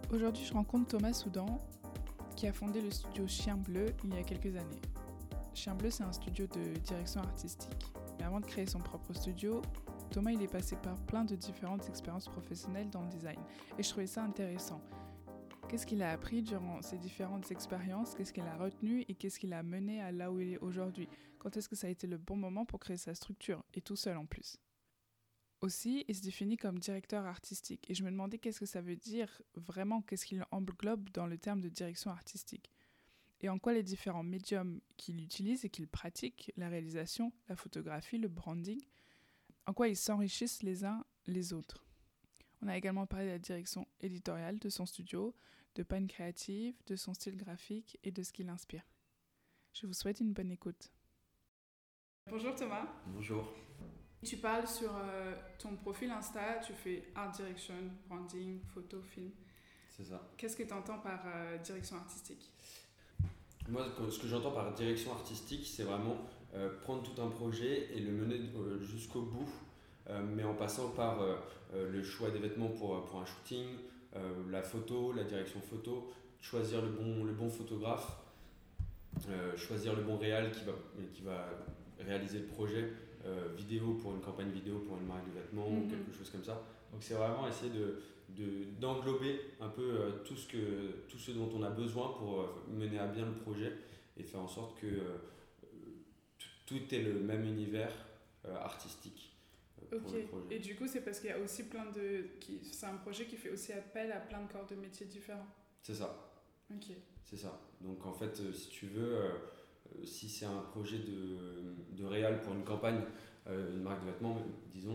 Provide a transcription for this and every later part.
Aujourd'hui, je rencontre Thomas Soudan, qui a fondé le studio Chien Bleu il y a quelques années. Chien Bleu, c'est un studio de direction artistique. Mais avant de créer son propre studio, Thomas il est passé par plein de différentes expériences professionnelles dans le design. Et je trouvais ça intéressant. Qu'est-ce qu'il a appris durant ces différentes expériences? Qu'est-ce qu'il a retenu? Et qu'est-ce qu'il a mené à là où il est aujourd'hui? Quand est-ce que ça a été le bon moment pour créer sa structure? Et tout seul en plus. Aussi, il se définit comme directeur artistique. Et je me demandais qu'est-ce que ça veut dire vraiment, qu'est-ce qu'il englobe dans le terme de direction artistique. Et en quoi les différents médiums qu'il utilise et qu'il pratique, la réalisation, la photographie, le branding, en quoi ils s'enrichissent les uns les autres. On a également parlé de la direction éditoriale de son studio, de panne créative, de son style graphique et de ce qui l'inspire. Je vous souhaite une bonne écoute. Bonjour Thomas. Bonjour. Tu parles sur ton profil Insta, tu fais art direction, branding, photo, film. C'est ça. Qu'est-ce que tu entends par direction artistique ? Moi, ce que j'entends par direction artistique, c'est vraiment prendre tout un projet et le mener jusqu'au bout, mais en passant par le choix des vêtements pour un shooting, la photo, la direction photo, choisir le bon photographe, choisir le bon réal qui va réaliser le projet, vidéo pour une campagne vidéo pour une marque de vêtements ou quelque chose comme ça. Donc c'est vraiment essayer d'englober un peu tout ce dont on a besoin pour mener à bien le projet et faire en sorte que tout ait le même univers artistique pour le projet. Et du coup c'est parce qu'il y a aussi c'est un projet qui fait aussi appel à plein de corps de métiers différents. C'est ça. Ok. C'est ça. Donc en fait, si tu veux, si c'est un projet de réal pour une campagne, une marque de vêtements, disons,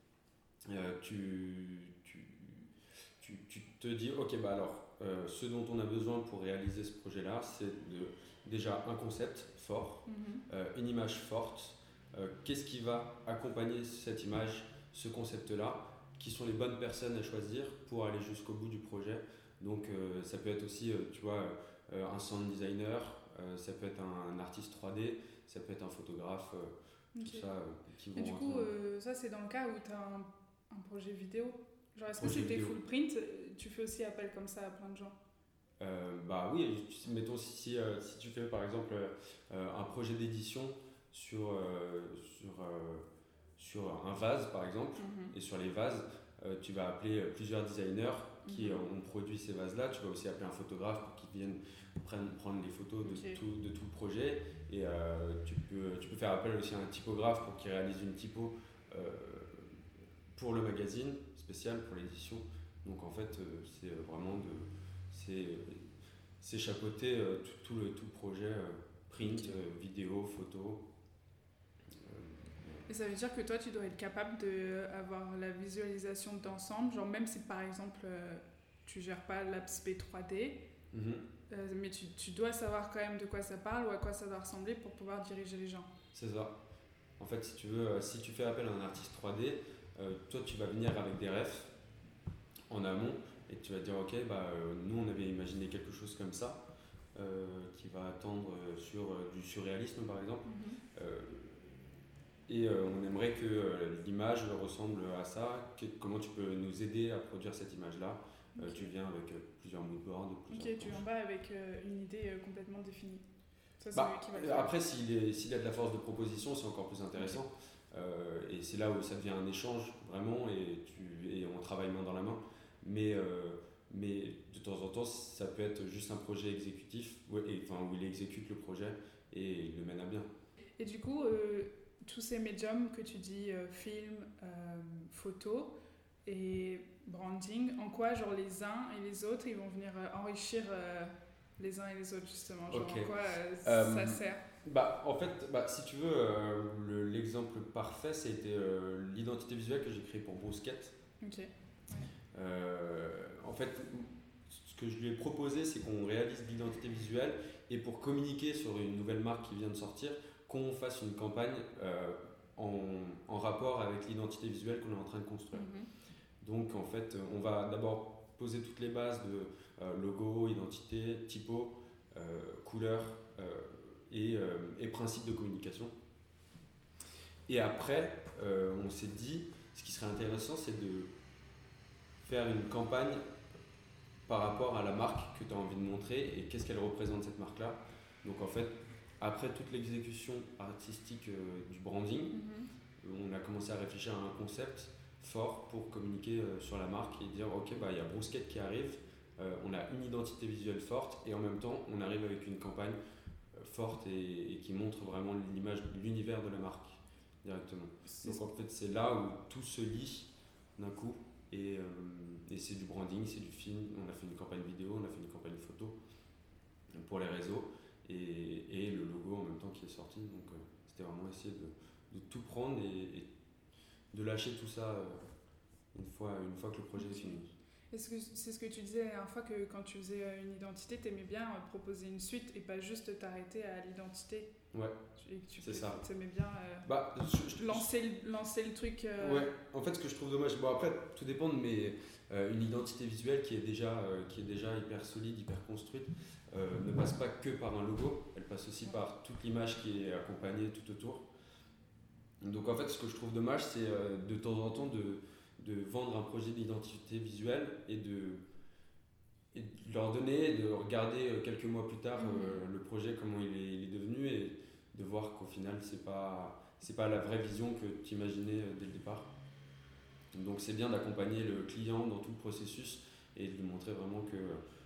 tu te dis, ok, bah alors, ce dont on a besoin pour réaliser ce projet-là, c'est déjà un concept fort, une image forte. Qu'est-ce qui va accompagner cette image, ce concept-là? Qui sont les bonnes personnes à choisir pour aller jusqu'au bout du projet? Donc ça peut être aussi, tu vois, un sound designer, ça peut être un artiste 3D, ça peut être un photographe, tout ça. Et du coup, ça c'est dans le cas où tu as un projet vidéo. Genre, est-ce que c'était vidéo. full print? Tu fais aussi appel comme ça à plein de gens? Bah oui, mettons si tu fais par exemple un projet d'édition sur un vase par exemple, et sur les vases, tu vas appeler plusieurs designers qui ont produit ces vases-là. Tu vas aussi appeler un photographe pour qu'il vienne prendre les photos de tout le projet. Et tu peux faire appel aussi à un typographe pour qu'il réalise une typo pour le magazine spécial, pour l'édition. Donc en fait, c'est vraiment c'est chapeauter tout le projet print, vidéo, photo. Et ça veut dire que toi, tu dois être capable d'avoir la visualisation d'ensemble, genre même si par exemple tu gères pas l'aspect 3D, mais tu dois savoir quand même de quoi ça parle ou à quoi ça doit ressembler pour pouvoir diriger les gens. C'est ça. En fait, si tu veux, si tu fais appel à un artiste 3D, toi tu vas venir avec des refs en amont et tu vas dire ok, nous on avait imaginé quelque chose comme ça qui va tendre sur du surréalisme par exemple. Et on aimerait que l'image ressemble à ça. Comment tu peux nous aider à produire cette image-là? Tu viens avec plusieurs moodboards. Tu en vas avec une idée complètement définie. Ça, après, s'il y a de la force de proposition, c'est encore plus intéressant. Et c'est là où ça devient un échange, vraiment, et on travaille main dans la main. Mais de temps en temps, ça peut être juste un projet exécutif, où il exécute le projet et il le mène à bien. Et du coup, tous ces médiums que tu dis, film, photo et branding, en quoi genre les uns et les autres ils vont venir enrichir les uns et les autres justement, genre en quoi ça sert? En fait, si tu veux, l'exemple parfait c'était l'identité visuelle que j'ai créée pour Brusquette. En fait, ce que je lui ai proposé, c'est qu'on réalise l'identité visuelle et pour communiquer sur une nouvelle marque qui vient de sortir, qu'on fasse une campagne en rapport avec l'identité visuelle qu'on est en train de construire. Donc en fait, on va d'abord poser toutes les bases de logo, identité, typo, couleur et principes de communication. Et après, on s'est dit, ce qui serait intéressant, c'est de faire une campagne par rapport à la marque que tu as envie de montrer et qu'est-ce qu'elle représente cette marque-là. Donc en fait, après toute l'exécution artistique du branding, on a commencé à réfléchir à un concept fort pour communiquer sur la marque et dire ok, il y a Brousquette qui arrive, on a une identité visuelle forte et en même temps on arrive avec une campagne forte et qui montre vraiment l'image, l'univers de la marque directement. Donc en fait c'est là où tout se lie d'un coup et c'est du branding, c'est du film, on a fait une campagne vidéo, on a fait une campagne photo pour les réseaux et le logo en même temps qui est sorti. Donc c'était vraiment essayer de tout prendre et de lâcher tout ça une fois que le projet est fini. Est-ce que c'est ce que tu disais la dernière fois que quand tu faisais une identité, tu aimais bien proposer une suite et pas juste t'arrêter à l'identité? Ouais, c'est ça. Tu aimais bien lancer le truc. Ouais, en fait ce que je trouve dommage, après tout dépend, mais une identité visuelle qui est déjà hyper solide, hyper construite, ne passe pas que par un logo, elle passe aussi par toute l'image qui est accompagnée tout autour. Donc en fait ce que je trouve dommage c'est de temps en temps de vendre un projet d'identité visuelle et de leur donner, de regarder quelques mois plus tard le projet, comment il est devenu et de voir qu'au final c'est pas la vraie vision que tu imaginais dès le départ. Donc c'est bien d'accompagner le client dans tout le processus et de lui montrer vraiment que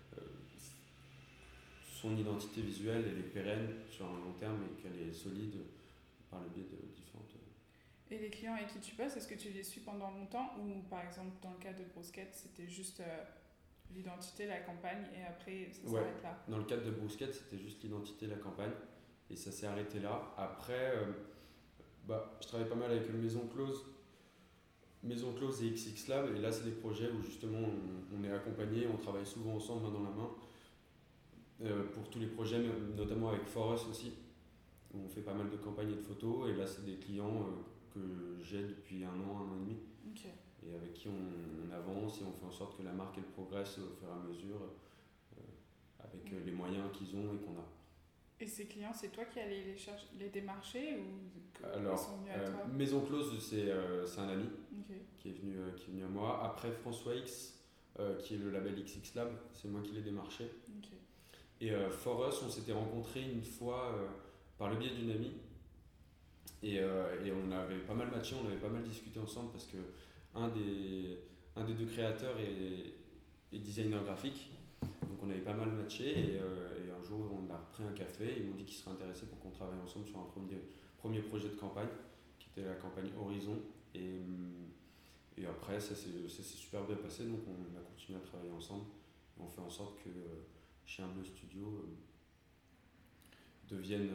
son identité visuelle elle est pérenne sur un long terme et qu'elle est solide par le biais de différentes... Et les clients avec qui tu passes, est-ce que tu les suis pendant longtemps ou par exemple dans le cas de Brousquette, c'était juste l'identité, la campagne et après ça s'arrête là? Dans le cadre de Brousquette, c'était juste l'identité, la campagne et ça s'est arrêté là. Après, je travaille pas mal avec Maison Close et XX Lab et là c'est des projets où justement on est accompagné, on travaille souvent ensemble main dans la main pour tous les projets, notamment avec Forus aussi où on fait pas mal de campagnes et de photos et là c'est des clients que j'ai depuis un an et demi et avec qui on avance et on fait en sorte que la marque elle progresse au fur et à mesure avec les moyens qu'ils ont et qu'on a. Et ces clients, c'est toi qui allais les démarcher ou alors, ils sont venus à toi? Maison Close, c'est un ami qui est venu à moi. Après François X, qui est le label XX Lab, c'est moi qui l'ai démarché. Et Forus, on s'était rencontrés une fois par le biais d'une amie. Et on avait pas mal matché, on avait pas mal discuté ensemble parce que un des deux créateurs est designer graphique. Donc on avait pas mal matché et un jour on a pris un café et ils m'ont dit qu'ils seraient intéressés pour qu'on travaille ensemble sur un premier projet de campagne qui était la campagne Horizon et après ça s'est super bien passé donc on a continué à travailler ensemble et on fait en sorte que Chien Bleu Studio devienne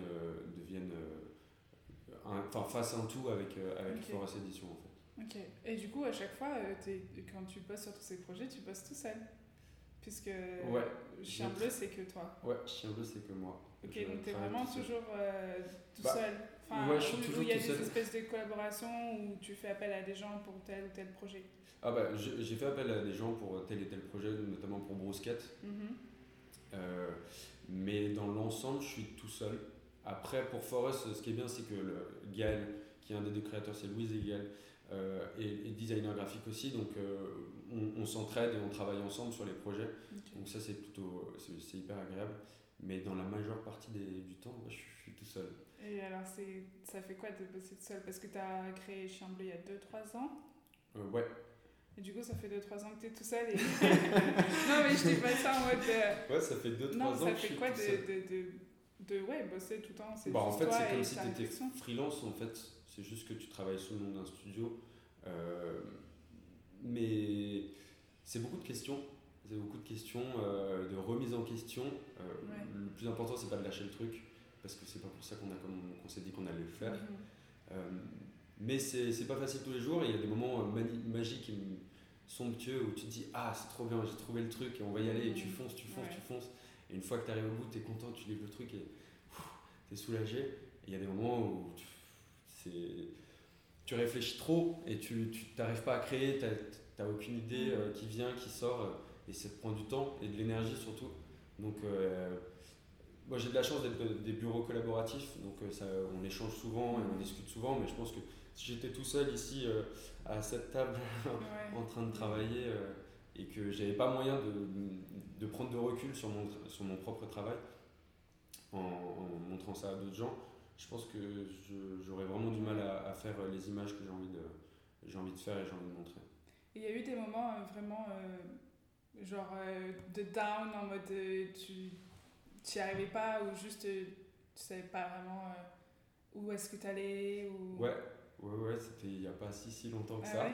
fasse un tout avec Forest Edition en fait. Ok. Et du coup à chaque fois quand tu bosses sur tous ces projets tu bosses tout seul? Puisque Chien Bleu c'est que toi. Ouais, Chien Bleu c'est que moi. Ok, donc t'es vraiment toujours tout seul. Ouais, je suis toujours tout seul. Il y a des espèces de collaborations où tu fais appel à des gens pour tel ou tel projet. J'ai fait appel à des gens pour tel et tel projet, notamment pour Brousquette. Mais dans l'ensemble, je suis tout seul. Après, pour Forest, ce qui est bien, c'est que Gaël, qui est un des deux créateurs, c'est Louise et Gaël, est designer graphique aussi. Donc, on s'entraide et on travaille ensemble sur les projets. Donc ça, c'est hyper agréable. Mais dans la majeure partie du temps, moi, je suis tout seul. Et alors, ça fait quoi de bosser tout seul? Parce que tu as créé Chien Bleu il y a 2-3 ans. Ouais. Et du coup, ça fait 2-3 ans que tu es tout seul. Et... non, mais je dis pas ça en mode... Ouais, ça fait 2-3 ans que je suis quoi tout seul. de bosser tout le temps? En fait, c'est comme si tu étais freelance, en fait. C'est juste que tu travailles sous le nom d'un studio. Mais c'est beaucoup de questions. C'est beaucoup de questions, de remise en question. Le plus important, c'est pas de lâcher le truc, parce que c'est pas pour ça qu'on s'est dit qu'on allait le faire. Mais c'est pas facile tous les jours. Il y a des moments magiques et somptueux où tu te dis ah c'est trop bien, j'ai trouvé le truc et on va y aller et tu fonces. Et une fois que tu arrives au bout, tu es content, tu livres le truc et tu es soulagé. Et il y a des moments où tu réfléchis trop et tu n'arrives pas à créer, tu n'as aucune idée qui vient, qui sort et ça te prend du temps et de l'énergie surtout. Donc moi j'ai de la chance d'être des bureaux collaboratifs, donc on échange souvent et on discute souvent, mais je pense que si j'étais tout seul ici à cette table en train de travailler, et que j'avais pas moyen de prendre de recul sur mon propre travail en montrant ça à d'autres gens, je pense que j'aurais vraiment du mal à faire les images que j'ai envie de faire et j'ai envie de montrer. Et il y a eu des moments vraiment de down en mode tu n'y arrivais pas ou juste tu savais pas vraiment où est-ce que tu allais ou... Ouais, c'était il n'y a pas si longtemps que ça. Ouais.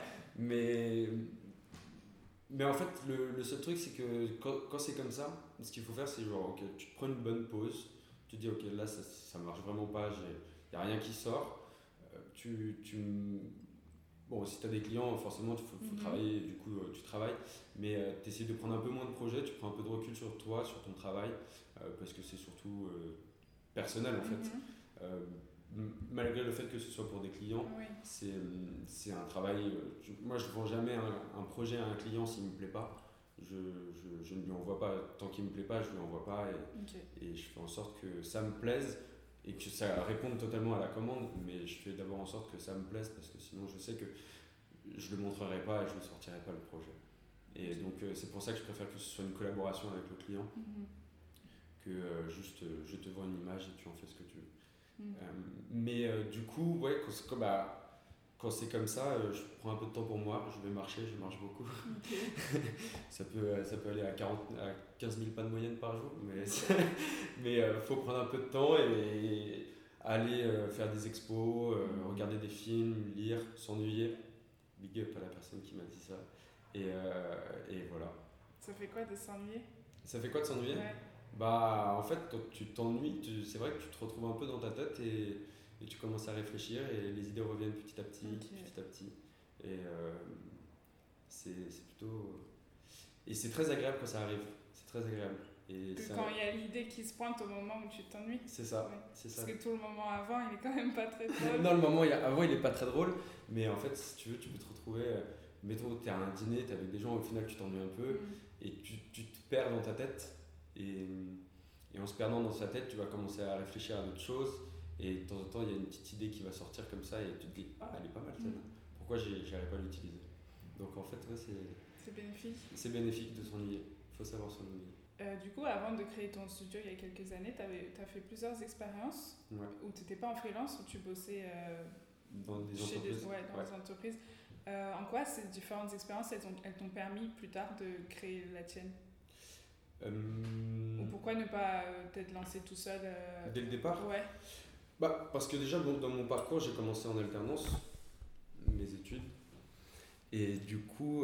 Mais en fait, le seul truc, c'est que quand c'est comme ça, ce qu'il faut faire, c'est genre, ok, tu te prends une bonne pause, tu te dis, ok, là, ça marche vraiment pas, il n'y a rien qui sort. Bon, si tu as des clients, forcément, il faut travailler, du coup, tu travailles, mais tu essaies de prendre un peu moins de projets, tu prends un peu de recul sur toi, sur ton travail, parce que c'est surtout personnel, en fait. Malgré le fait que ce soit pour des clients, oui. c'est un travail. Moi, je ne vends jamais un projet à un client s'il ne me plaît pas. Je ne lui envoie pas. Tant qu'il ne me plaît pas, je ne lui envoie pas. Et je fais en sorte que ça me plaise et que ça réponde totalement à la commande. Mais je fais d'abord en sorte que ça me plaise parce que sinon, je sais que je ne le montrerai pas et je ne sortirai pas le projet. Et donc, c'est pour ça que je préfère que ce soit une collaboration avec le client que juste je te vends une image et tu en fais ce que tu veux. Mais du coup, ouais, quand c'est comme ça, je prends un peu de temps pour moi, je vais marcher, je marche beaucoup. ça peut aller à 15 000 pas de moyenne par jour, mais faut prendre un peu de temps et aller faire des expos, regarder des films, lire, s'ennuyer. Big up à la personne qui m'a dit ça. Et voilà. Ça fait quoi de s'ennuyer ? Ça fait quoi de s'ennuyer ? Ouais. Bah, en fait, quand tu t'ennuies, c'est vrai que tu te retrouves un peu dans ta tête et tu commences à réfléchir et les idées reviennent petit à petit. Et c'est plutôt... Et c'est très agréable quand ça arrive. C'est très agréable. Et quand il y a l'idée qui se pointe au moment où tu t'ennuies. C'est ça. Ouais. C'est Parce ça. que tout le moment avant, il est quand même pas très drôle. Non, le moment avant, il est pas très drôle. Mais en fait, si tu veux, tu peux te retrouver... mettons, t'es à un dîner, t'es avec des gens, au final, tu t'ennuies un peu et tu te perds dans ta tête. Et en se perdant dans sa tête, tu vas commencer à réfléchir à d'autres choses. Et de temps en temps, il y a une petite idée qui va sortir comme ça et tu te dis, ah, elle est pas mal celle-là. Pourquoi j'arrive pas à l'utiliser ? Donc en fait, ouais, c'est bénéfique. C'est bénéfique de s'ennuyer. Il faut savoir s'ennuyer. Du coup, avant de créer ton studio il y a quelques années, tu as fait plusieurs expériences où tu n'étais pas en freelance, où tu bossais dans des entreprises. Des entreprises. En quoi ces différentes expériences, elles t'ont permis plus tard de créer la tienne ? Ou pourquoi ne pas t'être lancé tout seul dès le départ ? Ouais. Bah, parce que déjà, dans mon parcours, j'ai commencé en alternance, mes études. Et du coup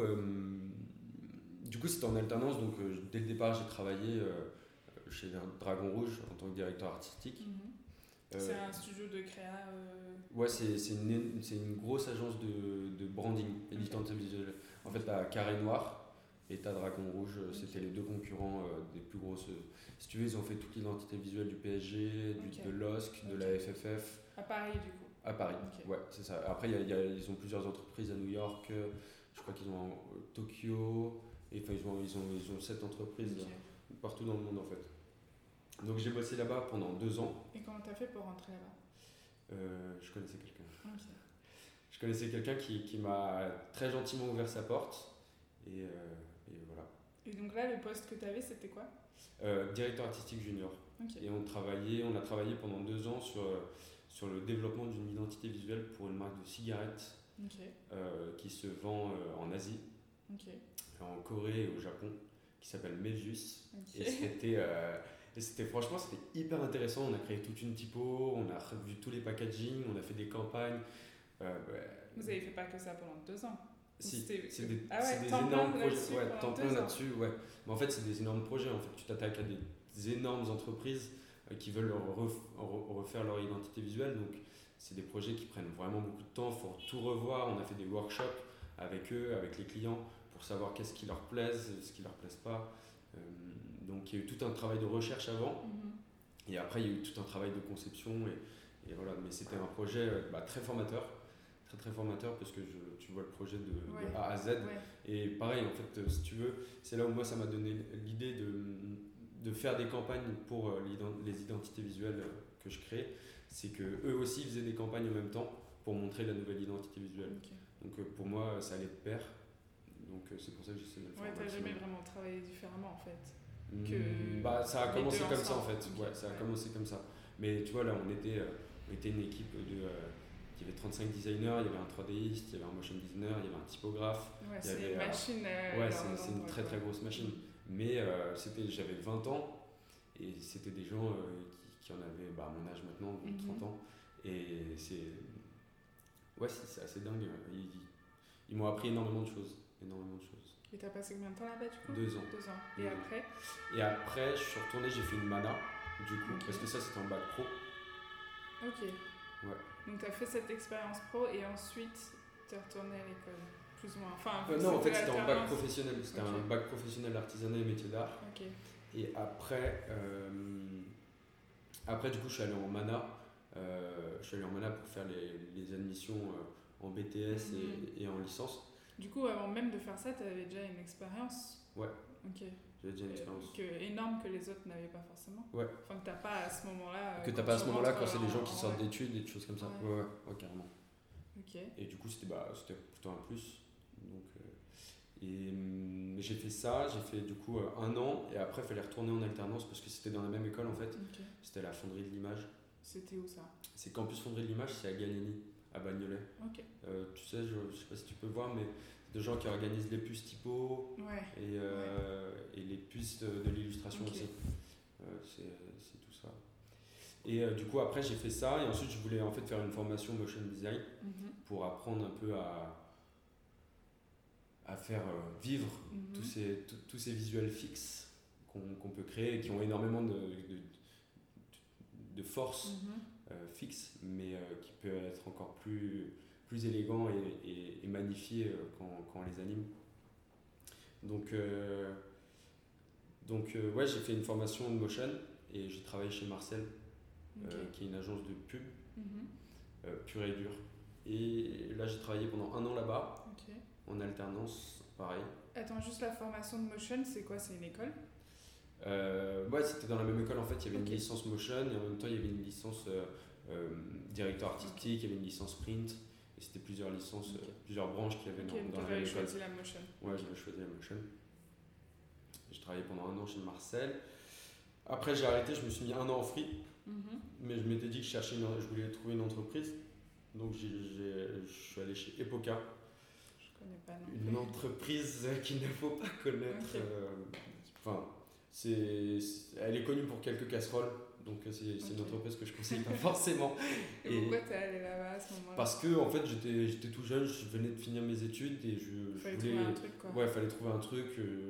c'était en alternance, donc dès le départ, j'ai travaillé chez Dragon Rouge en tant que directeur artistique. C'est un studio de créa Ouais, c'est une grosse agence de branding et d'identité visuelle. En fait, t'as Carré Noir et t'as Dragon Rouge, c'était les deux concurrents des plus grosses. Si tu veux, ils ont fait toute l'identité visuelle du PSG, de l'OSC, de la FFF. À Paris, du coup. À Paris, ouais, c'est ça. Après, ils ont plusieurs entreprises à New York, je crois qu'ils ont Tokyo, et enfin, ils ont 7 entreprises partout dans le monde en fait. Donc j'ai bossé là-bas pendant 2 ans. Et comment t'as fait pour rentrer là-bas ? Je connaissais quelqu'un. Je connaissais quelqu'un qui m'a très gentiment ouvert sa porte, et voilà. Et donc là, le poste que tu avais, c'était quoi ? Directeur artistique junior. Et on a travaillé pendant 2 ans sur le développement d'une identité visuelle pour une marque de cigarettes qui se vend en Asie, en Corée et au Japon, qui s'appelle Mevius. Et franchement, c'était hyper intéressant. On a créé toute une typo, on a revu tous les packaging, on a fait des campagnes. Vous avez fait pas que ça pendant 2 ans ? C'est des énormes projets. Ouais, temps plein là-dessus. Ouais. Mais en fait, c'est des énormes projets. En fait, tu t'attaques à des énormes entreprises qui veulent refaire leur identité visuelle. Donc, c'est des projets qui prennent vraiment beaucoup de temps. Il faut tout revoir. On a fait des workshops avec eux, avec les clients, pour savoir qu'est-ce qui leur plaise, ce qui leur plaise pas. Donc, il y a eu tout un travail de recherche avant. Et après, il y a eu tout un travail de conception. Et voilà. Mais c'était un projet très formateur. Très formateur parce que tu vois le projet de A à Z. Et pareil, en fait, si tu veux, c'est là où moi ça m'a donné l'idée de faire des campagnes pour les identités visuelles que je crée. C'est qu'eux aussi faisaient des campagnes en même temps pour montrer la nouvelle identité visuelle. Donc pour moi, ça allait de pair. Donc c'est pour ça que j'essaie de le faire. Ouais, t'as jamais vraiment travaillé différemment en fait. Que Ça a commencé comme ça en fait. Okay. Ouais, ça a commencé comme ça. Mais tu vois, là, on était une équipe de. Il y avait 35 designers, il y avait un 3Diste, il y avait un motion designer, il y avait un typographe. Ouais, c'est une machine. Ouais, c'est une très très grosse machine. Mais j'avais 20 ans et c'était des gens qui en avaient mon âge maintenant, donc 30 ans. Et c'est assez dingue. Ils m'ont appris énormément de choses. Et t'as passé combien de temps là-bas du coup? 2 ans. 2 ans. Et après? Et après, je suis retourné, j'ai fait une mana, du coup, parce que ça c'était en bac pro. Ok. Ouais. Donc t'as fait cette expérience pro et ensuite t'es retourné à l'école, plus ou moins. Enfin, non, en fait c'était en bac professionnel. C'était un bac professionnel artisanat et métiers d'art. Ok. Et après, du coup, je suis allé en mana. Je suis allé en mana pour faire les admissions en BTS et en licence. Du coup, avant même de faire ça, tu avais déjà une expérience. Ouais. Ok. J'avais déjà une expérience. Énorme que les autres n'avaient pas forcéément. Ouais. Enfin, que t'as pas à ce moment-là. Que t'as pas à ce moment-là quand c'est des gens qui sortent d'études et des choses comme ça. Ouais, carrément. Ok. Et du coup, c'était plutôt un plus. Donc, j'ai fait ça, j'ai fait du coup 1 an et après il fallait retourner en alternance parce que c'était dans la même école en fait. Okay. C'était la fonderie de l'image. C'était où ça? C'est Campus fonderie de l'image, c'est à Galeni, à Bagnolet. Ok. Tu sais, je sais pas si tu peux voir, mais des gens qui organisent les puces typo et les puces de l'illustration aussi. C'est tout ça. Et du coup après j'ai fait ça et ensuite je voulais en fait faire une formation motion design pour apprendre un peu à faire vivre tous ces visuels fixes qu'on peut créer et qui ont énormément de force fixe, mais qui peut être encore plus élégant et magnifié quand on les anime. Donc j'ai fait une formation de motion et j'ai travaillé chez Marcel, qui est une agence de pub, pure et dure. Et là j'ai travaillé pendant 1 an là-bas, en alternance, pareil. Attends, juste la formation de motion, c'est quoi? C'est une école? C'était dans la même école en fait, il y avait une licence motion et en même temps il y avait une licence directeur artistique, il y avait une licence print et c'était plusieurs licences, plusieurs branches qu'il y avait dans la même école. Choisi la motion. Ouais, j'avais choisi la motion. J'ai travaillé pendant 1 an chez Marcel. Après j'ai arrêté, je me suis mis 1 an en free, mais je m'étais dit que je voulais trouver une entreprise, donc je suis allé chez Epoca. Je connais pas non plus. Une entreprise qu'il ne faut pas connaître. Elle est connue pour quelques casseroles, donc c'est une entreprise que je conseille pas forcément. Et pourquoi t'es allé là-bas à ce moment-là? Parce que en fait j'étais tout jeune, je venais de finir mes études et je voulais trouver un truc quoi. Ouais, fallait trouver un truc.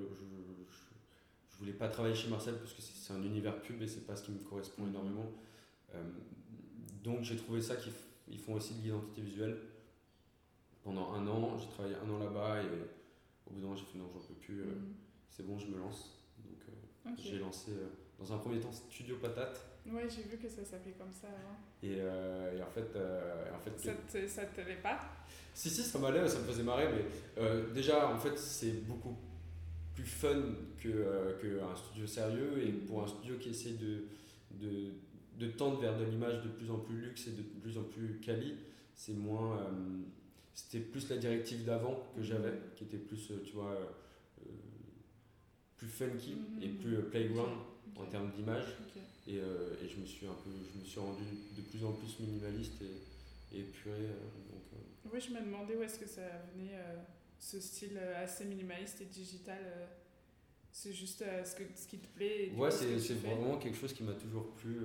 Je voulais pas travailler chez Marcel parce que c'est un univers pub et c'est pas ce qui me correspond énormément. Donc j'ai trouvé ça qu'ils font aussi de l'identité visuelle. Pendant 1 an, j'ai travaillé 1 an là-bas et au bout d'un moment j'ai fait non, j'en peux plus, c'est bon, je me lance. Donc j'ai lancé dans un premier temps Studio Patate. Ouais, j'ai vu que ça s'appelait comme ça avant. Et en fait ça te t'allait pas? Si, ça m'allait, ça me faisait marrer, mais déjà en fait c'est beaucoup plus fun qu'un studio sérieux et pour un studio qui essaie de tendre vers de l'image de plus en plus luxe et de plus en plus quali, c'est moins c'était plus la directive d'avant que j'avais qui était plus plus funky et plus playground en termes d'image et je me suis rendu de plus en plus minimaliste et épuré Oui, je me demandais où est-ce que ça venait ce style assez minimaliste et digital. C'est juste ce qui te plaît. Ouais, c'est vraiment quelque chose qui m'a toujours plu.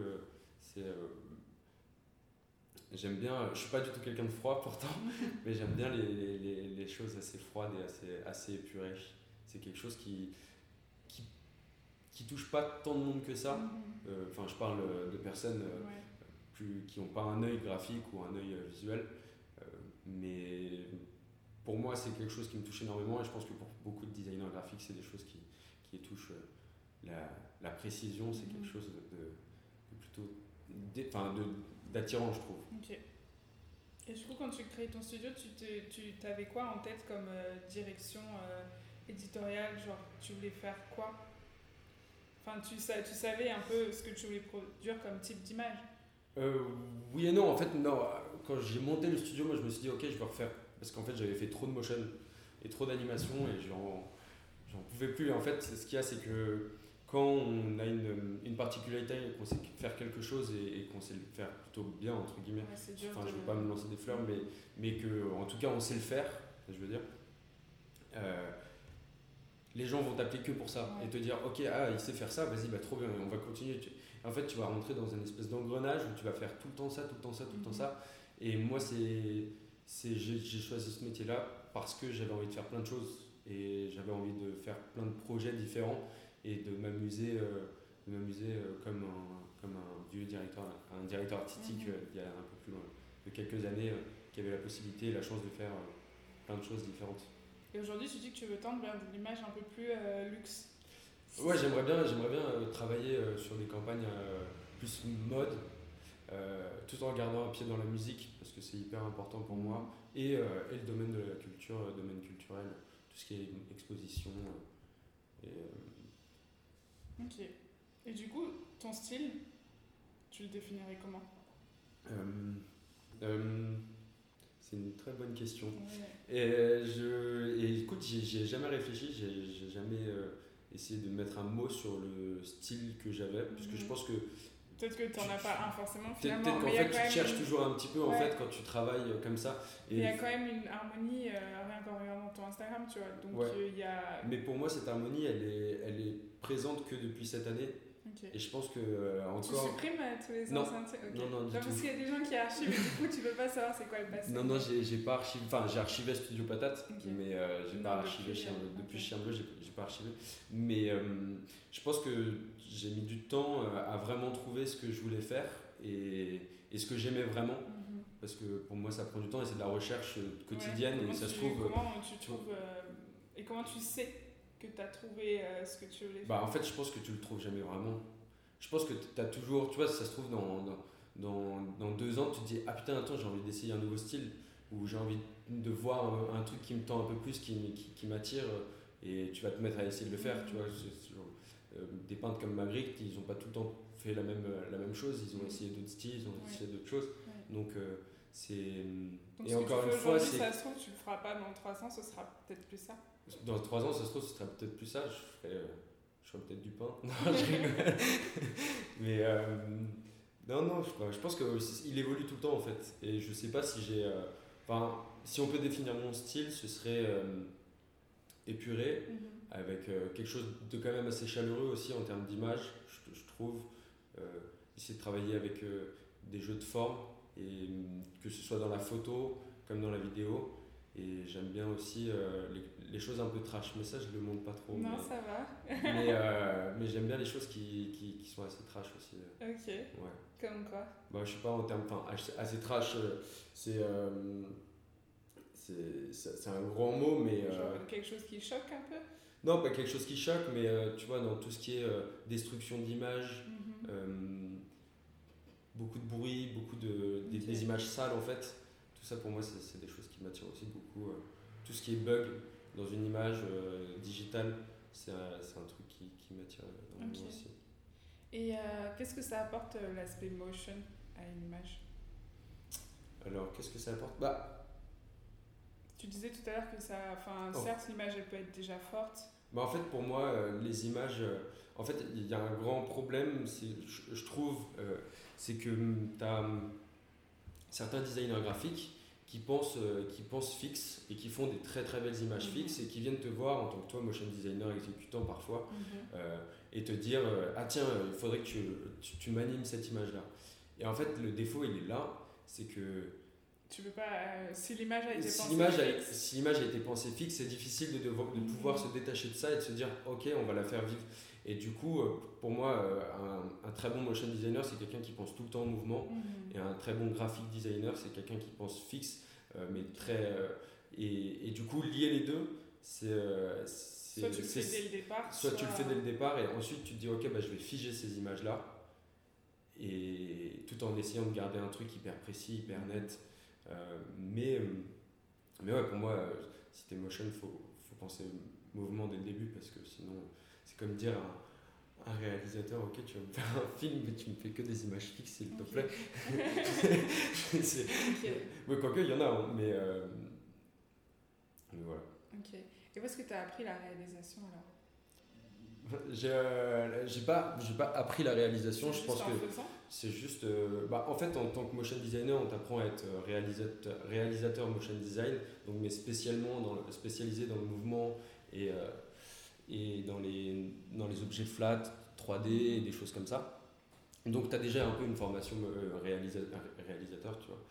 J'aime bien, je suis pas du tout quelqu'un de froid pourtant, mais j'aime bien les choses assez froides et assez épurées. C'est quelque chose qui touche pas tant de monde que ça. Enfin, je parle de personnes qui n'ont pas un œil graphique ou un œil visuel, mais pour moi c'est quelque chose qui me touche énormément et je pense que pour beaucoup de designers graphiques c'est des choses qui touchent la précision, c'est quelque chose de plutôt d'attirant, je trouve. Ok. Et du coup, quand tu crées ton studio, tu t'avais quoi en tête comme direction éditoriale? Genre, tu voulais faire quoi? Enfin, tu savais un peu ce que tu voulais produire comme type d'image? Oui et non. En fait, non. Quand j'ai monté le studio, moi je me suis dit, ok, je vais refaire. Parce qu'en fait, j'avais fait trop de motion. et trop d'animation et j'en pouvais plus. En fait, ce qu'il y a, c'est que quand on a une particularité et qu'on sait faire quelque chose et qu'on sait le faire plutôt bien, entre guillemets, je ne veux pas me lancer des fleurs, mais qu'en tout cas on sait le faire, je veux dire, les gens vont t'appeler que pour ça et te dire ok, il sait faire ça, vas-y, trop bien, on va continuer. En fait, tu vas rentrer dans un espèce d'engrenage où tu vas faire tout le temps ça, tout le temps ça, tout le temps ça. Et moi, j'ai choisi ce métier-là parce que j'avais envie de faire plein de choses et j'avais envie de faire plein de projets différents et de m'amuser comme un vieux directeur, un directeur artistique il y a un peu plus loin, de quelques années, qui avait la possibilité et la chance de faire plein de choses différentes. Et aujourd'hui, tu dis que tu veux tendre vers de l'image un peu plus luxe. Ouais, j'aimerais bien travailler sur des campagnes plus mode, tout en gardant un pied dans la musique parce que c'est hyper important pour moi et le domaine de la culture, domaine culturel, tout ce qui est exposition. Ok. Et du coup, ton style, tu le définirais comment ? C'est une très bonne question. Ouais. Et écoute, j'y ai jamais réfléchi, j'ai jamais essayé de mettre un mot sur le style que j'avais, puisque je pense que peut-être que tu n'en as pas un forcément finalement. Peut-être qu'en fait tu cherches toujours un petit peu en fait quand tu travailles comme ça. Et il y a quand même une harmonie, rien qu'en regardant ton Instagram, tu vois. Donc il y a... Mais pour moi cette harmonie elle est présente que depuis cette année. Okay. Et je pense que encore... Tu supprimes tous les anciens okay. Non, parce qu'il y a des gens qui archivent et du coup tu peux pas savoir c'est quoi le passé. Non, j'ai pas archivé, enfin j'ai archivé Studio Patate, mais j'ai pas archivé depuis Chien Bleu, j'ai pas archivé. Mais je pense que j'ai mis du temps à vraiment trouver ce que je voulais faire et ce que j'aimais vraiment. Parce que pour moi ça prend du temps et c'est de la recherche quotidienne et ça se trouve... Comment tu trouves et comment tu sais que tu as trouvé ce que tu voulais faire? En fait, je pense que tu le trouves jamais vraiment. Je pense que tu as toujours, tu vois, ça se trouve dans 2 ans, tu te dis ah putain, attends, j'ai envie d'essayer un nouveau style ou j'ai envie de voir un truc qui me tend un peu plus, qui m'attire et tu vas te mettre à essayer de le faire. Tu vois, des peintres comme Magritte, ils n'ont pas tout le temps fait la même chose, ils ont essayé d'autres styles, ils ont essayé d'autres choses. Donc, c'est. Donc, et encore une fois, c'est. Ça se trouve, tu le feras pas dans 3 ans, ce sera peut-être plus ça. Dans 3 ans, ça se trouve, ce sera peut-être plus ça. Je ferais peut-être du pain. Non, je rigole. Mais non, je pense qu'il évolue tout le temps en fait. Et je sais pas si j'ai. Si on peut définir mon style, ce serait épuré, avec quelque chose de quand même assez chaleureux aussi en termes d'image, je trouve. Essayer de travailler avec des jeux de forme, et que ce soit dans la photo comme dans la vidéo. Et j'aime bien aussi les choses un peu trash, mais ça je le montre pas trop. Non, mais, ça va. mais j'aime bien les choses qui sont assez trash aussi. Ok. Ouais. Comme quoi? Je sais pas en termes. Assez trash, c'est un grand mot, mais. Genre quelque chose qui choque un peu? Non, pas quelque chose qui choque, mais tu vois, dans tout ce qui est destruction d'images, beaucoup de bruit, beaucoup des images sales en fait. Tout ça pour moi c'est des choses qui m'attirent aussi beaucoup. Tout ce qui est bug dans une image digitale, c'est un truc qui m'attire énormément aussi. Et qu'est-ce que ça apporte l'aspect motion à une image? Alors qu'est-ce que ça apporte? Tu disais tout à l'heure que ça... certes l'image elle peut être déjà forte. En fait pour moi les images... en fait il y a un grand problème, je trouve, c'est que tu as... certains designers graphiques qui pensent fixe et qui font des très très belles images fixes et qui viennent te voir en tant que toi motion designer exécutant parfois et te dire ah tiens il faudrait que tu m'animes cette image là. Et en fait le défaut il est là, c'est que tu peux pas si l'image a été si l'image a été pensée fixe, c'est difficile de pouvoir se détacher de ça et de se dire ok on va la faire vivre. Et du coup, pour moi, un très bon motion designer, c'est quelqu'un qui pense tout le temps au mouvement. Et un très bon graphic designer, c'est quelqu'un qui pense fixe, mais très... et du coup, lier les deux, soit tu le fais dès le départ. Soit tu le fais dès le départ, et ensuite tu te dis, ok, je vais figer ces images-là, et tout en essayant de garder un truc hyper précis, hyper net. Mais ouais, pour moi, si t'es motion, il faut penser mouvement dès le début, parce que sinon... C'est comme dire à un réalisateur, ok, tu vas me faire un film, mais tu me fais que des images fixes, s'il te plaît. Okay. Oui, quoique, il y en a, mais voilà. Ok. Et où est-ce que tu as appris la réalisation alors? J'ai pas appris la réalisation, je pense que Faisant. c'est juste. En fait, en tant que motion designer, on t'apprend à être réalisateur motion design, donc, mais spécialisé dans le mouvement et dans les objets flat, 3D et des choses comme ça. Donc, tu as déjà un peu une formation réalisateur, tu vois.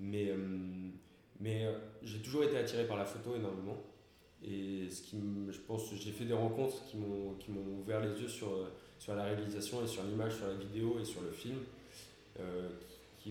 Mais j'ai toujours été attiré par la photo énormément. Et je pense que j'ai fait des rencontres qui m'ont ouvert les yeux sur la réalisation et sur l'image, sur la vidéo et sur le film, qui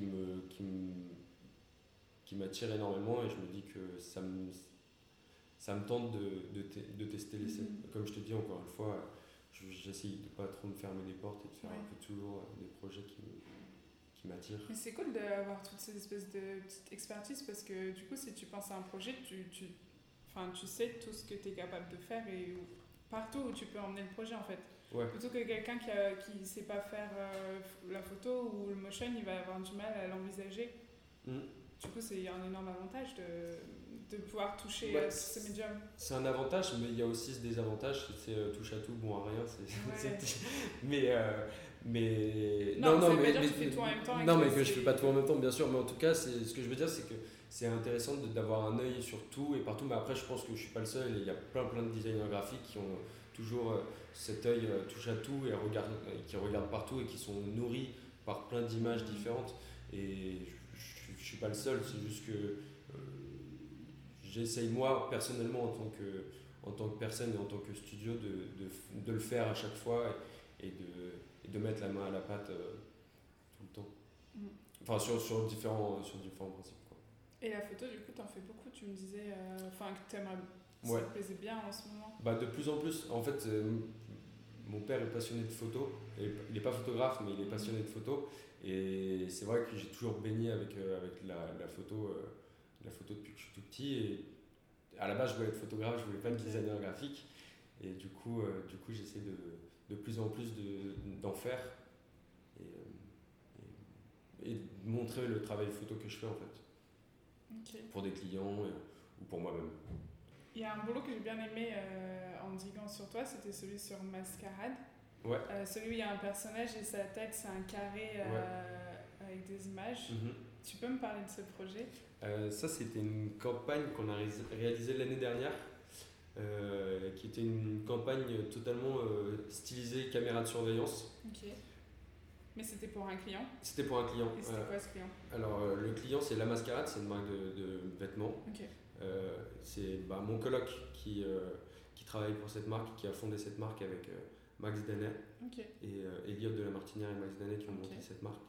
m'attire énormément, et je me dis que ça me tente de tester l'essai. Comme je te dis encore une fois, j'essaye de ne pas trop me fermer les portes et de faire un peu toujours des projets qui m'attirent. Mais c'est cool d'avoir toutes ces espèces de petites expertises, parce que du coup, si tu penses à un projet, tu sais tout ce que tu es capable de faire et partout où tu peux emmener le projet en fait. Ouais. Plutôt que quelqu'un qui ne sait pas faire la photo ou le motion, il va avoir du mal à l'envisager. Du coup, c'est un énorme avantage de pouvoir toucher ce médium. C'est un avantage, mais il y a aussi ce désavantage, c'est touche à tout, bon à rien. Mais non, mais tu fais tout en même temps. Non, mais que je fais pas tout en même temps, bien sûr. Mais en tout cas, ce que je veux dire, c'est que c'est intéressant d'avoir un œil sur tout et partout. Mais après, je pense que je suis pas le seul. Il y a plein de designers graphiques qui ont toujours cet œil touche à tout et qui regardent partout et qui sont nourris par plein d'images différentes. Et je suis pas le seul. C'est juste que j'essaye moi personnellement en tant que personne et en tant que studio de le faire à chaque fois et de mettre la main à la pâte tout le temps. Enfin sur différents principes, quoi. Et la photo, du coup, t'en fais beaucoup, tu me disais que t'aimerais, ça te plaisait bien en ce moment. De plus en plus. En fait, mon père est passionné de photo. Il n'est pas photographe, mais il est passionné de photo. Et c'est vrai que j'ai toujours baigné avec la photo depuis que je suis tout petit. Et à la base, je voulais être photographe, je voulais pas être designer graphique. Et du coup j'essaie de plus en plus d'en faire et de montrer le travail photo que je fais en fait. Pour des clients ou pour moi-même. Il y a un boulot que j'ai bien aimé en diguant sur toi, c'était celui sur Mascarade. Ouais. Celui où il y a un personnage et sa tête c'est un carré avec des images. Tu peux me parler de ce projet? Ça, c'était une campagne qu'on a réalisée l'année dernière, qui était une campagne totalement stylisée caméra de surveillance. Ok. Mais c'était pour un client? C'était pour un client. Et c'était quoi ce client? Alors, le client, c'est La Mascarade, c'est une marque de vêtements. Ok. C'est mon coloc qui travaille pour cette marque, qui a fondé cette marque avec Max Danet et Elliot de la Martinière et Max Danet qui ont monté cette marque.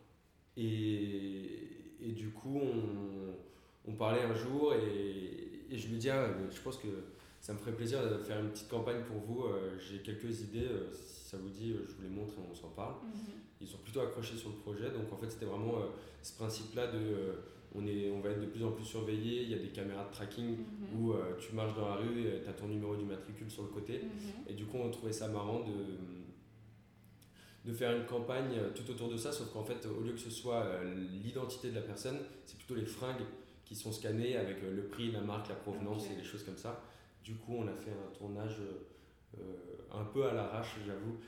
Et du coup, on parlait un jour et je lui dis je pense que ça me ferait plaisir de faire une petite campagne pour vous. J'ai quelques idées, si ça vous dit, je vous les montre et on s'en parle. Ils sont plutôt accrochés sur le projet, donc en fait c'était vraiment ce principe-là on va être de plus en plus surveillés. Il y a des caméras de tracking où tu marches dans la rue et tu as ton numéro d'immatricule sur le côté. Et du coup, on trouvait ça marrant de faire une campagne tout autour de ça, sauf qu'en fait, au lieu que ce soit l'identité de la personne, c'est plutôt les fringues qui sont scannées avec le prix, la marque, la provenance et des choses comme ça. Du coup, on a fait un tournage un peu à l'arrache, j'avoue,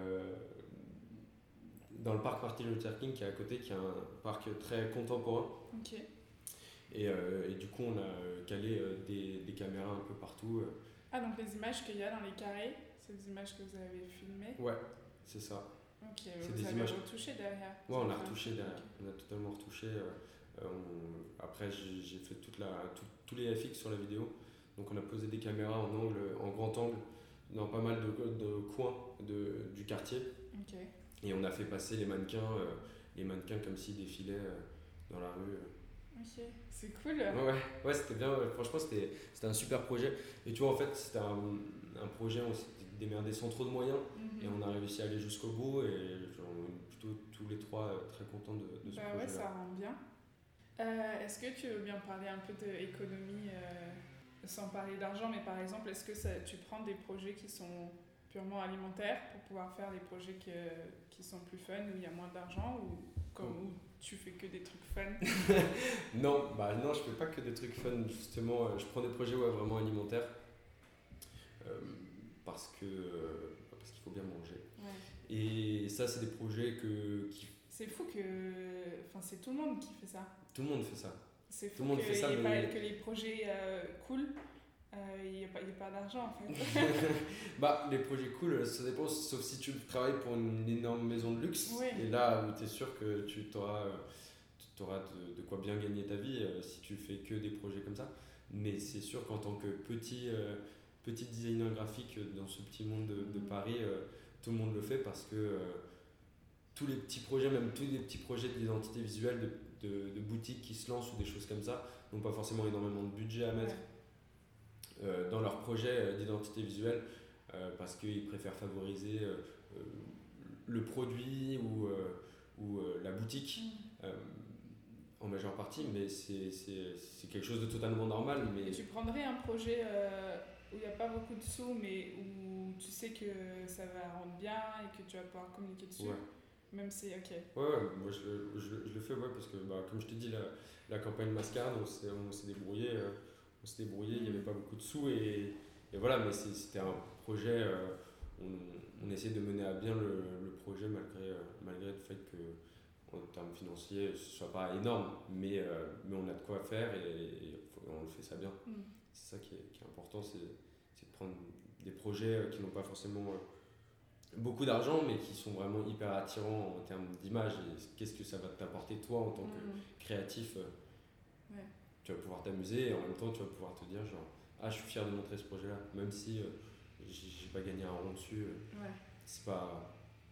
dans le parc Martin Luther King qui est à côté, qui est un parc très contemporain. Et du coup, on a calé des caméras un peu partout. Donc les images qu'il y a dans les carrés, c'est des images que vous avez filmées? Ouais, c'est ça. Ok, vous avez retouché derrière? Ouais, on a retouché derrière, on a totalement retouché. Après, j'ai fait tous les FX sur la vidéo. Donc on a posé des caméras en grand angle dans pas mal de coins du quartier. Et on a fait passer les mannequins comme s'ils défilaient dans la rue. Ok, c'est cool. Ouais, c'était bien. Franchement, c'était un super projet. Et tu vois, en fait, c'était un projet, on s'est démerdé sans trop de moyens. Et on a réussi à aller jusqu'au bout. Et on est plutôt tous les trois très contents de ce projet-là. Ouais, ça rend bien. Est-ce que tu veux bien parler un peu d'économie sans parler d'argent, mais par exemple, est-ce que tu prends des projets qui sont purement alimentaires pour pouvoir faire des projets qui sont plus fun, où il y a moins d'argent, ou où tu fais que des trucs fun? Non, je fais pas que des trucs fun, justement. Je prends des projets vraiment alimentaires. parce qu'il faut bien manger. Ouais. Et ça, c'est des projets C'est fou que... Enfin, c'est tout le monde qui fait ça. Tout le monde fait ça. C'est fou Tout le monde fait ça, que les projets cool, il n'y a pas d'argent en fait. Bah, les projets cool, ça dépend, sauf si tu travailles pour une énorme maison de luxe. Ouais. Et là où tu es sûr que tu auras de quoi bien gagner ta vie si tu fais que des projets comme ça. Mais c'est sûr qu'en tant que petit designer graphique dans ce petit monde de Paris, tout le monde le fait parce que tous les petits projets, même tous les petits projets d'identité visuelle de boutiques qui se lancent ou des choses comme ça, n'ont pas forcément énormément de budget à mettre dans leur projet d'identité visuelle parce qu'ils préfèrent favoriser le produit ou la boutique en majeure partie, mais c'est quelque chose de totalement normal. Mais Et tu prendrais un projet où il n'y a pas beaucoup de sous, mais où tu sais que ça va rendre bien et que tu vas pouvoir communiquer dessus, même si, ok. Ouais, moi je le fais, parce que comme je te dis, la campagne Mascarade, on s'est débrouillé, il n'y avait pas beaucoup de sous et voilà, mais c'était un projet, on essaie de mener à bien le projet malgré le fait que en termes financiers ce soit pas énorme, mais on a de quoi faire et on le fait ça bien. C'est ça qui est important, c'est de prendre des projets qui n'ont pas forcément beaucoup d'argent, mais qui sont vraiment hyper attirants en termes d'image et qu'est-ce que ça va t'apporter toi en tant que créatif. Tu vas pouvoir t'amuser et en même temps tu vas pouvoir te dire genre je suis fier de montrer ce projet là, même si j'ai pas gagné un rond dessus. C'est pas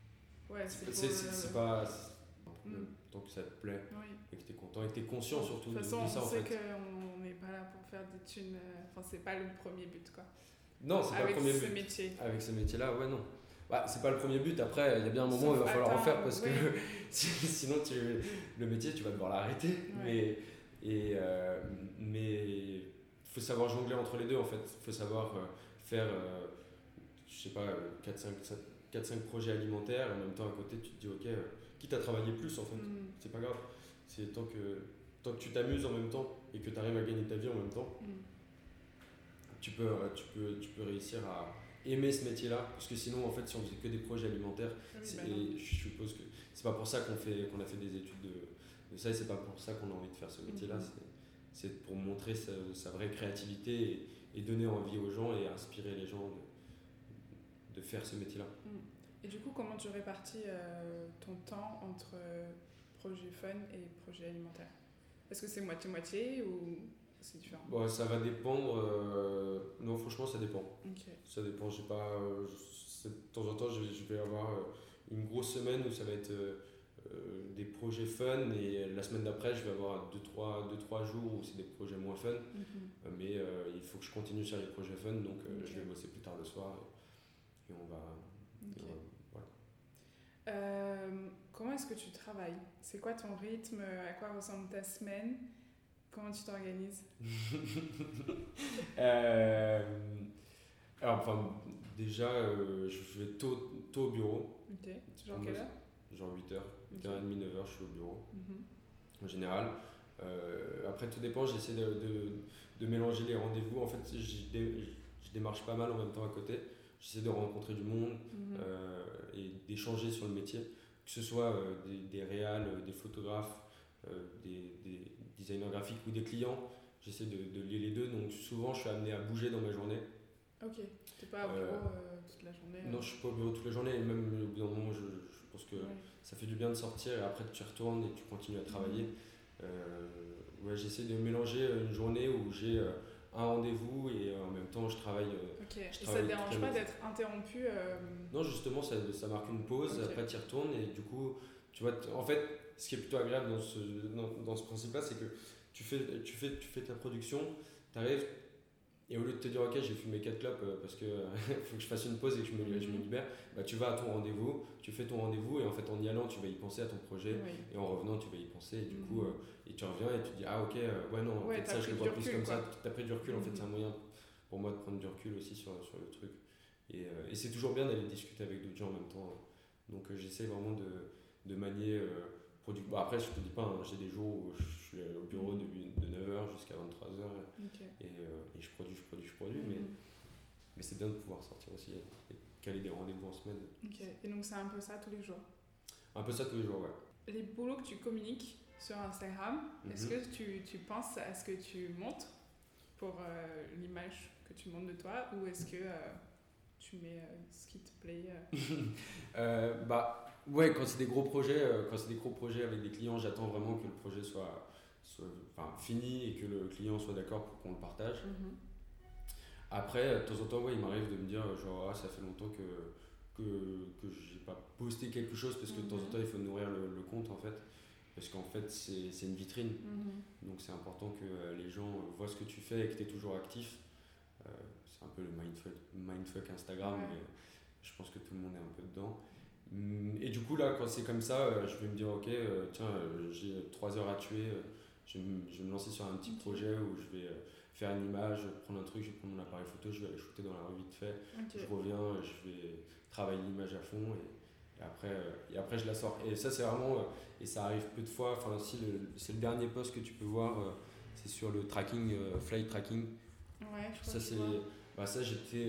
c'est pas tant que ça te plaît et que tu es content et que tu es conscient surtout de ça. De toute façon, on sait qu'on n'est pas là pour faire des thunes, enfin c'est pas le premier but quoi. Non, c'est pas le premier but. Métier. Avec ce métier là, non. C'est pas le premier but, après il y a bien un moment où il va falloir en faire parce que sinon le métier tu vas devoir l'arrêter. Mais faut savoir jongler entre les deux en fait. Faut savoir faire je sais pas 4-5 projets alimentaires et en même temps à côté tu te dis ok, quitte à travailler plus en fait, c'est pas grave. C'est tant que tu t'amuses en même temps et que tu arrives à gagner ta vie en même temps, tu peux réussir à aimer ce métier là, parce que sinon en fait si on faisait que des projets alimentaires et je suppose que c'est pas pour ça qu'on a fait des études de ça et c'est pas pour ça qu'on a envie de faire ce métier là, c'est pour montrer sa vraie créativité et donner envie aux gens et inspirer les gens de faire ce métier là. Et du coup comment tu répartis ton temps entre projet fun et projet alimentaire? Est-ce que c'est moitié-moitié ou c'est différent? Ça va dépendre. Non, franchement, ça dépend. Ça dépend. J'ai pas. De temps en temps, je vais avoir une grosse semaine où ça va être des projets fun et la semaine d'après, je vais avoir 2-3 jours où c'est des projets moins fun. Mais il faut que je continue sur les projets fun, donc je vais bosser plus tard le soir et on va. Comment est-ce que tu travailles? C'est quoi ton rythme? À quoi ressemble ta semaine? Comment tu t'organises? Alors, déjà, je vais tôt au bureau. Ok. Genre quelle heure? Genre 8h, 8h30, 9h, je suis au bureau. En général. Après, tout dépend, j'essaie de mélanger les rendez-vous. En fait, je démarche pas mal en même temps à côté. J'essaie de rencontrer du monde et d'échanger sur le métier, que ce soit des réals, des photographes, des designers graphiques ou des clients. J'essaie de lier les deux, donc souvent je suis amené à bouger dans ma journée. Ok, t'es pas au bureau toute la journée? Non, je suis pas au bureau toute la journée, et même au bout d'un moment je pense que ça fait du bien de sortir et après tu retournes et tu continues à travailler. J'essaie de mélanger une journée où j'ai un rendez-vous et en même temps je travaille. Et ça te dérange pas d'être interrompu? Non, justement, ça marque une pause, après tu y retournes et du coup, tu vois, en fait, ce qui est plutôt agréable dans ce principe-là, c'est que tu fais ta production, tu arrives et au lieu de te dire ok, j'ai fumé 4 clopes parce que faut que je fasse une pause et que je me libère, tu vas à ton rendez-vous, tu fais ton rendez-vous et en fait en y allant, tu vas y penser à ton projet et en revenant, tu vas y penser et du coup, et tu reviens et tu te dis ah ok, non, en fait, ça je le vois plus comme ça, tu as pris du recul, en fait c'est un moyen pour moi de prendre du recul aussi sur le truc et c'est toujours bien d'aller discuter avec d'autres gens en même temps, donc j'essaie vraiment de manier après je te dis pas, j'ai des jours où je suis au bureau de 9h jusqu'à 23h et je produis mais c'est bien de pouvoir sortir aussi et caler des rendez-vous en semaine. Ok, et donc c'est un peu ça tous les jours? Un peu ça tous les jours, ouais. Les boulots que tu communiques sur Instagram, est-ce que tu penses à ce que tu montres pour l'image que tu montres de toi, ou est-ce que tu mets ce qui te plaît Ouais, quand c'est des gros projets, avec des clients, j'attends vraiment que le projet soit fini et que le client soit d'accord pour qu'on le partage. Après, de temps en temps, ouais, il m'arrive de me dire genre ça fait longtemps que j'ai pas posté quelque chose, parce que de temps en temps il faut nourrir le compte en fait, parce qu'en fait c'est une vitrine. Donc c'est important que les gens voient ce que tu fais et que tu es toujours actif. C'est un peu le mindfuck Instagram, mais je pense que tout le monde est un peu dedans. Et du coup là, quand c'est comme ça, je vais me dire ok, tiens, j'ai 3 heures à tuer, je vais me lancer sur un petit projet où je vais faire une image, prendre un truc, je vais prendre mon appareil photo, je vais aller shooter dans la rue vite fait, je reviens, je vais travailler l'image à fond et après je la sors. Et ça c'est vraiment, et ça arrive peu de fois, enfin si c'est le dernier post que tu peux voir, c'est sur le tracking, flight tracking. Ouais, je crois ça c'est, ça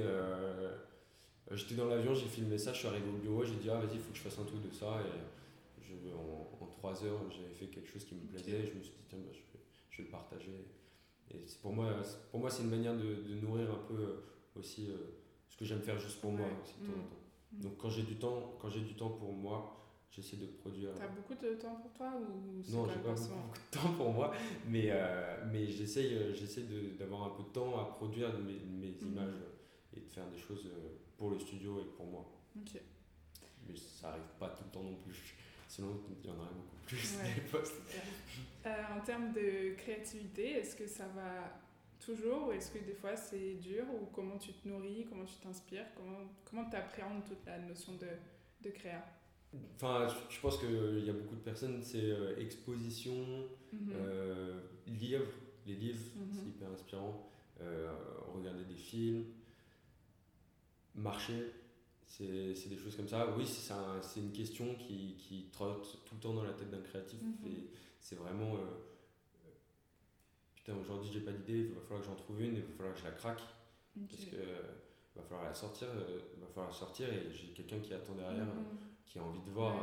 j'étais dans l'avion, j'ai filmé ça, je suis arrivé au bureau, j'ai dit vas-y il faut que je fasse un truc de ça, et en 3 heures j'avais fait quelque chose qui me plaisait, et je me suis dit tiens je vais le partager. Et pour moi c'est une manière de nourrir un peu aussi ce que j'aime faire juste pour moi aussi de temps en temps. Donc quand j'ai du temps pour moi, j'essaie de produire. T'as beaucoup de temps pour toi ou c'est Non, j'ai pas beaucoup de temps pour moi, mais j'essaie d'avoir un peu de temps à produire mes images et de faire des choses pour le studio et pour moi. Ok. Mais ça arrive pas tout le temps non plus, sinon il y en aurait beaucoup plus des posts. En termes de créativité, est-ce que ça va toujours, ou est-ce que des fois c'est dur, ou comment tu te nourris, comment tu t'inspires, comment tu appréhendes toute la notion de créa? Enfin, je pense qu'il y a beaucoup de personnes, c'est exposition, livres. Les livres, c'est hyper inspirant. Regarder des films, marcher, c'est des choses comme ça. Oui, c'est une question qui trotte tout le temps dans la tête d'un créatif. Et c'est vraiment putain, aujourd'hui j'ai pas d'idée, il va falloir que j'en trouve une, il va falloir que je la craque. Parce que va falloir la sortir, et j'ai quelqu'un qui attend derrière, qui a envie de voir,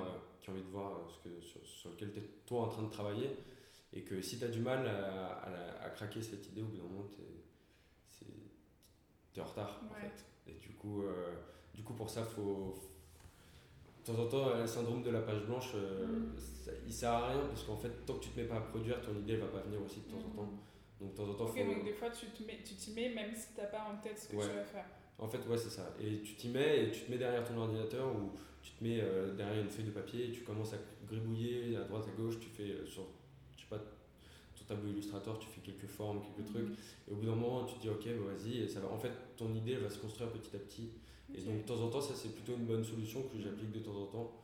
sur lequel tu es toi en train de travailler, et que si tu as du mal à craquer cette idée, au bout d'un moment t'es en retard en fait. Et du coup pour ça faut de temps en temps le syndrome de la page blanche, il sert à rien, parce qu'en fait tant que tu te mets pas à produire, ton idée va pas venir aussi de temps en temps. Donc de temps en temps donc des fois tu t'y mets même si t'as pas en tête ce que tu vas faire. En fait c'est ça, et tu t'y mets, et tu te mets derrière ton ordinateur, ou tu te mets derrière une feuille de papier, et tu commences à gribouiller à droite à gauche, tu fais sur tableau Illustrator, tu fais quelques formes, quelques trucs, et au bout d'un moment tu te dis ok vas-y, et ça va, en fait ton idée va se construire petit à petit. Et donc de temps en temps ça c'est plutôt une bonne solution que j'applique de temps en temps.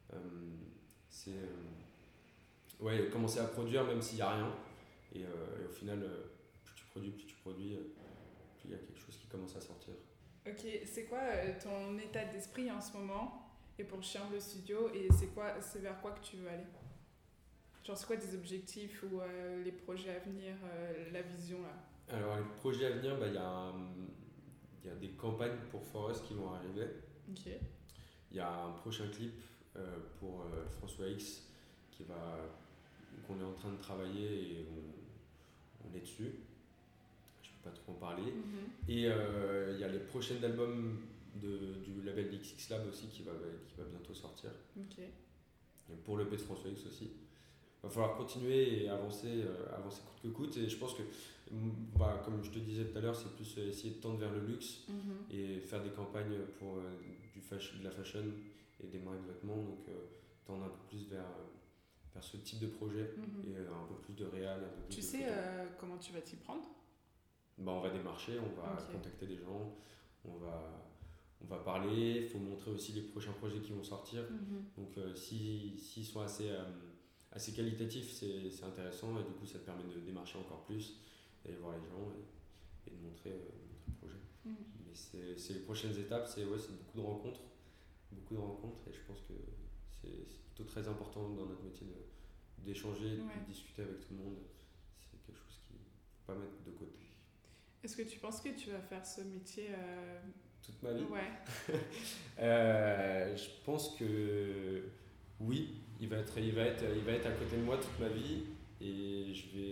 C'est commencer à produire même s'il n'y a rien, et au final plus tu produis, plus il y a quelque chose qui commence à sortir. Ok, c'est quoi ton état d'esprit en ce moment, et pour Chien Bleu Studio, et c'est vers quoi que tu veux aller? Genre c'est quoi tes objectifs, ou les projets à venir, la vision là? Alors les projets à venir, il y a des campagnes pour Forest qui vont arriver. Ok. Il y a un prochain clip pour François X qu'on est en train de travailler, et on est dessus. Je peux pas trop en parler. Et il y a les prochains albums du label XX Lab aussi qui va bientôt sortir. Ok. Et pour le P de François X aussi. Il va falloir continuer et avancer coûte que coûte, et je pense que comme je te disais tout à l'heure, c'est plus essayer de tendre vers le luxe et faire des campagnes pour de la fashion et des marques de vêtements, donc tendre un peu plus vers ce type de projet, et un peu plus de réal, un peu plus tu de sais comment tu vas t'y prendre? On va démarcher, on va contacter des gens, on va parler, il faut montrer aussi les prochains projets qui vont sortir. Donc s'ils sont assez qualitatif, c'est intéressant, et du coup ça te permet de démarcher encore plus, d'aller voir les gens et de montrer le projet. Mais c'est les prochaines étapes, c'est beaucoup de rencontres, et je pense que c'est plutôt très important dans notre métier d'échanger, de discuter avec tout le monde. C'est quelque chose qu'il ne faut pas mettre de côté. Est-ce que tu penses que tu vas faire ce métier Toute ma vie? Ouais. Je pense que oui, il va être à côté de moi toute ma vie et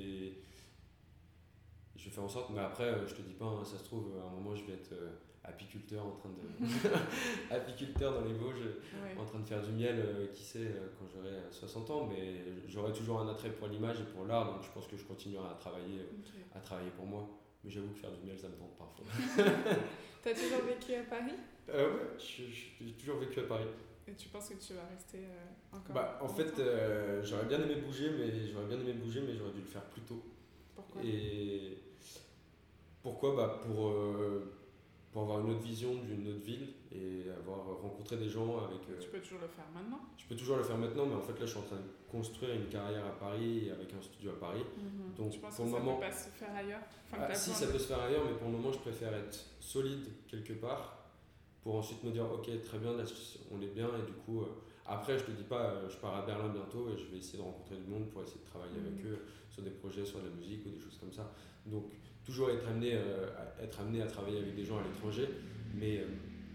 je vais faire en sorte, mais après, je te dis pas, hein, ça se trouve, à un moment, je vais être apiculteur en train de. apiculteur dans les Vosges, Ouais. en train de faire du miel, qui sait, quand j'aurai 60 ans, mais j'aurai toujours un attrait pour l'image et pour l'art, donc je pense que je continuerai Ok. à travailler pour moi. Mais j'avoue que faire du miel, ça me tente parfois. T'as toujours vécu à Paris? Ouais, j'ai toujours vécu à Paris. Et tu penses que tu vas rester encore Bah, en fait, longtemps? j'aurais bien aimé bouger, mais j'aurais dû le faire plus tôt. Pourquoi? Et pourquoi? Bah, pour avoir une autre vision d'une autre ville et avoir rencontré des gens avec. Tu peux toujours le faire maintenant. Je peux toujours le faire maintenant, mais en fait là, je suis en train de construire une carrière à Paris et avec un studio à Paris. Donc Tu penses pour que le ça moment, peut pas se faire ailleurs? Enfin, que ah, t'as si besoin ça de- peut se faire ailleurs, mais pour le moment, je préfère être solide quelque part pour ensuite me dire ok, très bien, là on est bien et du coup après je te dis pas je pars à Berlin bientôt et je vais essayer de rencontrer du monde pour essayer de travailler avec eux sur des projets, sur de la musique ou des choses comme ça. Donc toujours être amené à travailler avec des gens à l'étranger, mais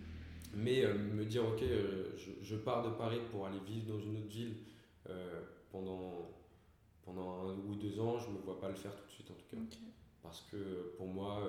me dire ok, je pars de Paris pour aller vivre dans une autre ville pendant 1 ou 2 ans, je me vois pas le faire tout de suite en tout cas. Ok. Parce que pour moi,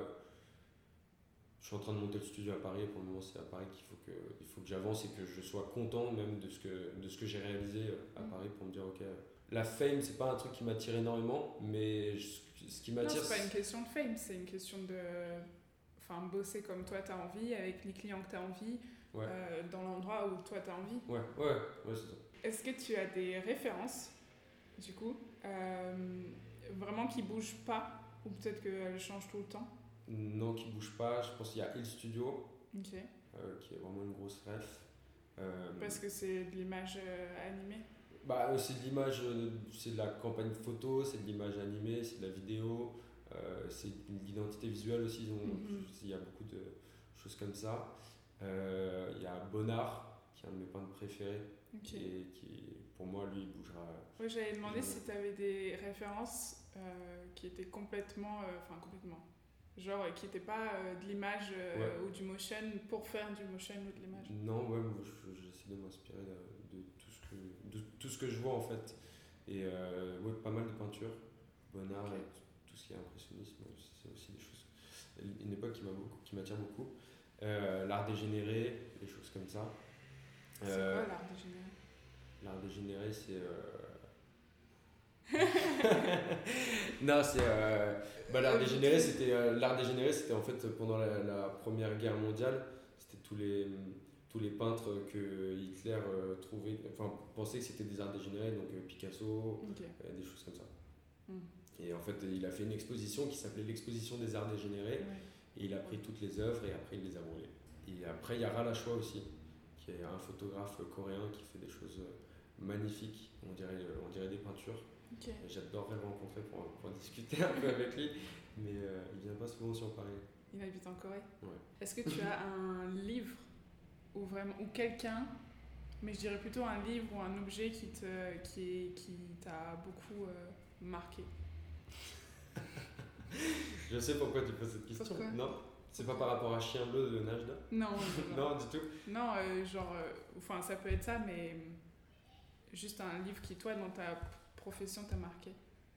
je suis en train de monter le studio à Paris et pour le moment c'est à Paris qu'il faut que j'avance et que je sois content même de ce que j'ai réalisé à Paris pour me dire ok, la fame c'est pas un truc qui m'attire énormément, mais ce qui Non, m'attire c'est pas une question de fame, c'est une question de bosser comme toi t'as envie, avec les clients que t'as envie, Ouais. dans l'endroit où toi t'as envie. ouais, c'est ça. Est-ce que tu as des références, du coup, vraiment qui bougent pas, ou peut-être qu'elles changent tout le temps? Non, qui bouge pas, je pense qu'il y a Il Studio Ok. qui est vraiment une grosse ref. Parce que c'est de l'image animée. Bah, c'est de l'image, c'est de la campagne photo, c'est de l'image animée, c'est de la vidéo, c'est de l'identité visuelle aussi, il y a beaucoup de choses comme ça. Il y a Bonnard, qui est un de mes peintres préférés, Ok. et qui, pour moi, lui, il bougera. Ouais, j'avais demandé Ouais. si tu avais des références qui étaient complètement, genre qui n'étaient pas de l'image Ouais. ou du motion pour faire du motion ou de l'image. Non, ouais, moi, j'essaie de m'inspirer de tout ce que je vois en fait. Et ouais, pas mal de peinture. Bonnard, Ok. tout ce qui est impressionnisme, c'est aussi des choses. Une époque qui m'attire beaucoup. L'art dégénéré, des choses comme ça. C'est quoi l'art dégénéré? L'art dégénéré, c'est. Non, c'est. L'art dégénéré, c'était en fait pendant la Première Guerre mondiale. C'était tous les peintres que Hitler pensait que c'était des arts dégénérés, donc Picasso, Ok. des choses comme ça. Mm. Et en fait, il a fait une exposition qui s'appelait l'exposition des arts dégénérés, Ouais. et il a pris toutes les œuvres et après il les a brûlées. Et après, il y a Ralachua aussi, qui est un photographe coréen qui fait des choses magnifiques, on dirait des peintures. Ok. Et j'adorerais le rencontrer pour discuter un peu avec lui, mais il vient pas souvent sur Paris. Il habite en Corée. Ouais. Est-ce que tu as un livre ou quelqu'un, mais je dirais plutôt un livre ou un objet qui t'a beaucoup marqué? Je sais pourquoi tu poses cette question. Pourquoi? Non, c'est pas par rapport à Chien Bleu de Najda. Non. Non, du tout. Non, ça peut être ça, mais juste un livre qui, toi, dans ta profession, t'a marqué.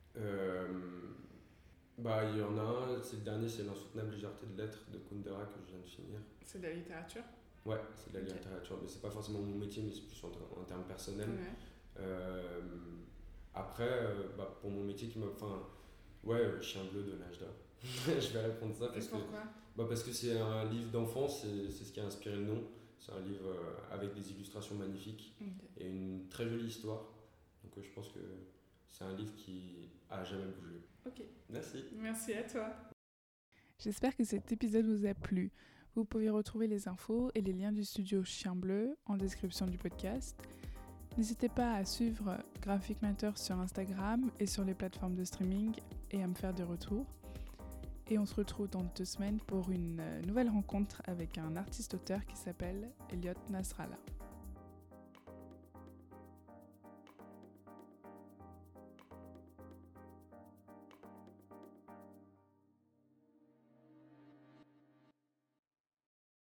Bah, il y en a un, c'est le dernier, c'est L'insoutenable légèreté de l'être de Kundera que je viens de finir. C'est de la littérature? Ouais, c'est de la Ok. littérature, mais c'est pas forcément mon métier, mais c'est plus en termes personnels. Ouais. Après, pour mon métier Chien Bleu de Najda. Je vais répondre ça Et pourquoi? parce que c'est un livre d'enfance, c'est ce qui a inspiré le nom. C'est un livre avec des illustrations magnifiques Ok. et une très jolie histoire. Donc je pense que c'est un livre qui a jamais bougé. Ok. Merci. Merci à toi. J'espère que cet épisode vous a plu. Vous pouvez retrouver les infos et les liens du studio Chien Bleu en description du podcast. N'hésitez pas à suivre Graphic Matter sur Instagram et sur les plateformes de streaming et à me faire des retours. Et on se retrouve dans 2 semaines pour une nouvelle rencontre avec un artiste-auteur qui s'appelle Elliot Nasrallah.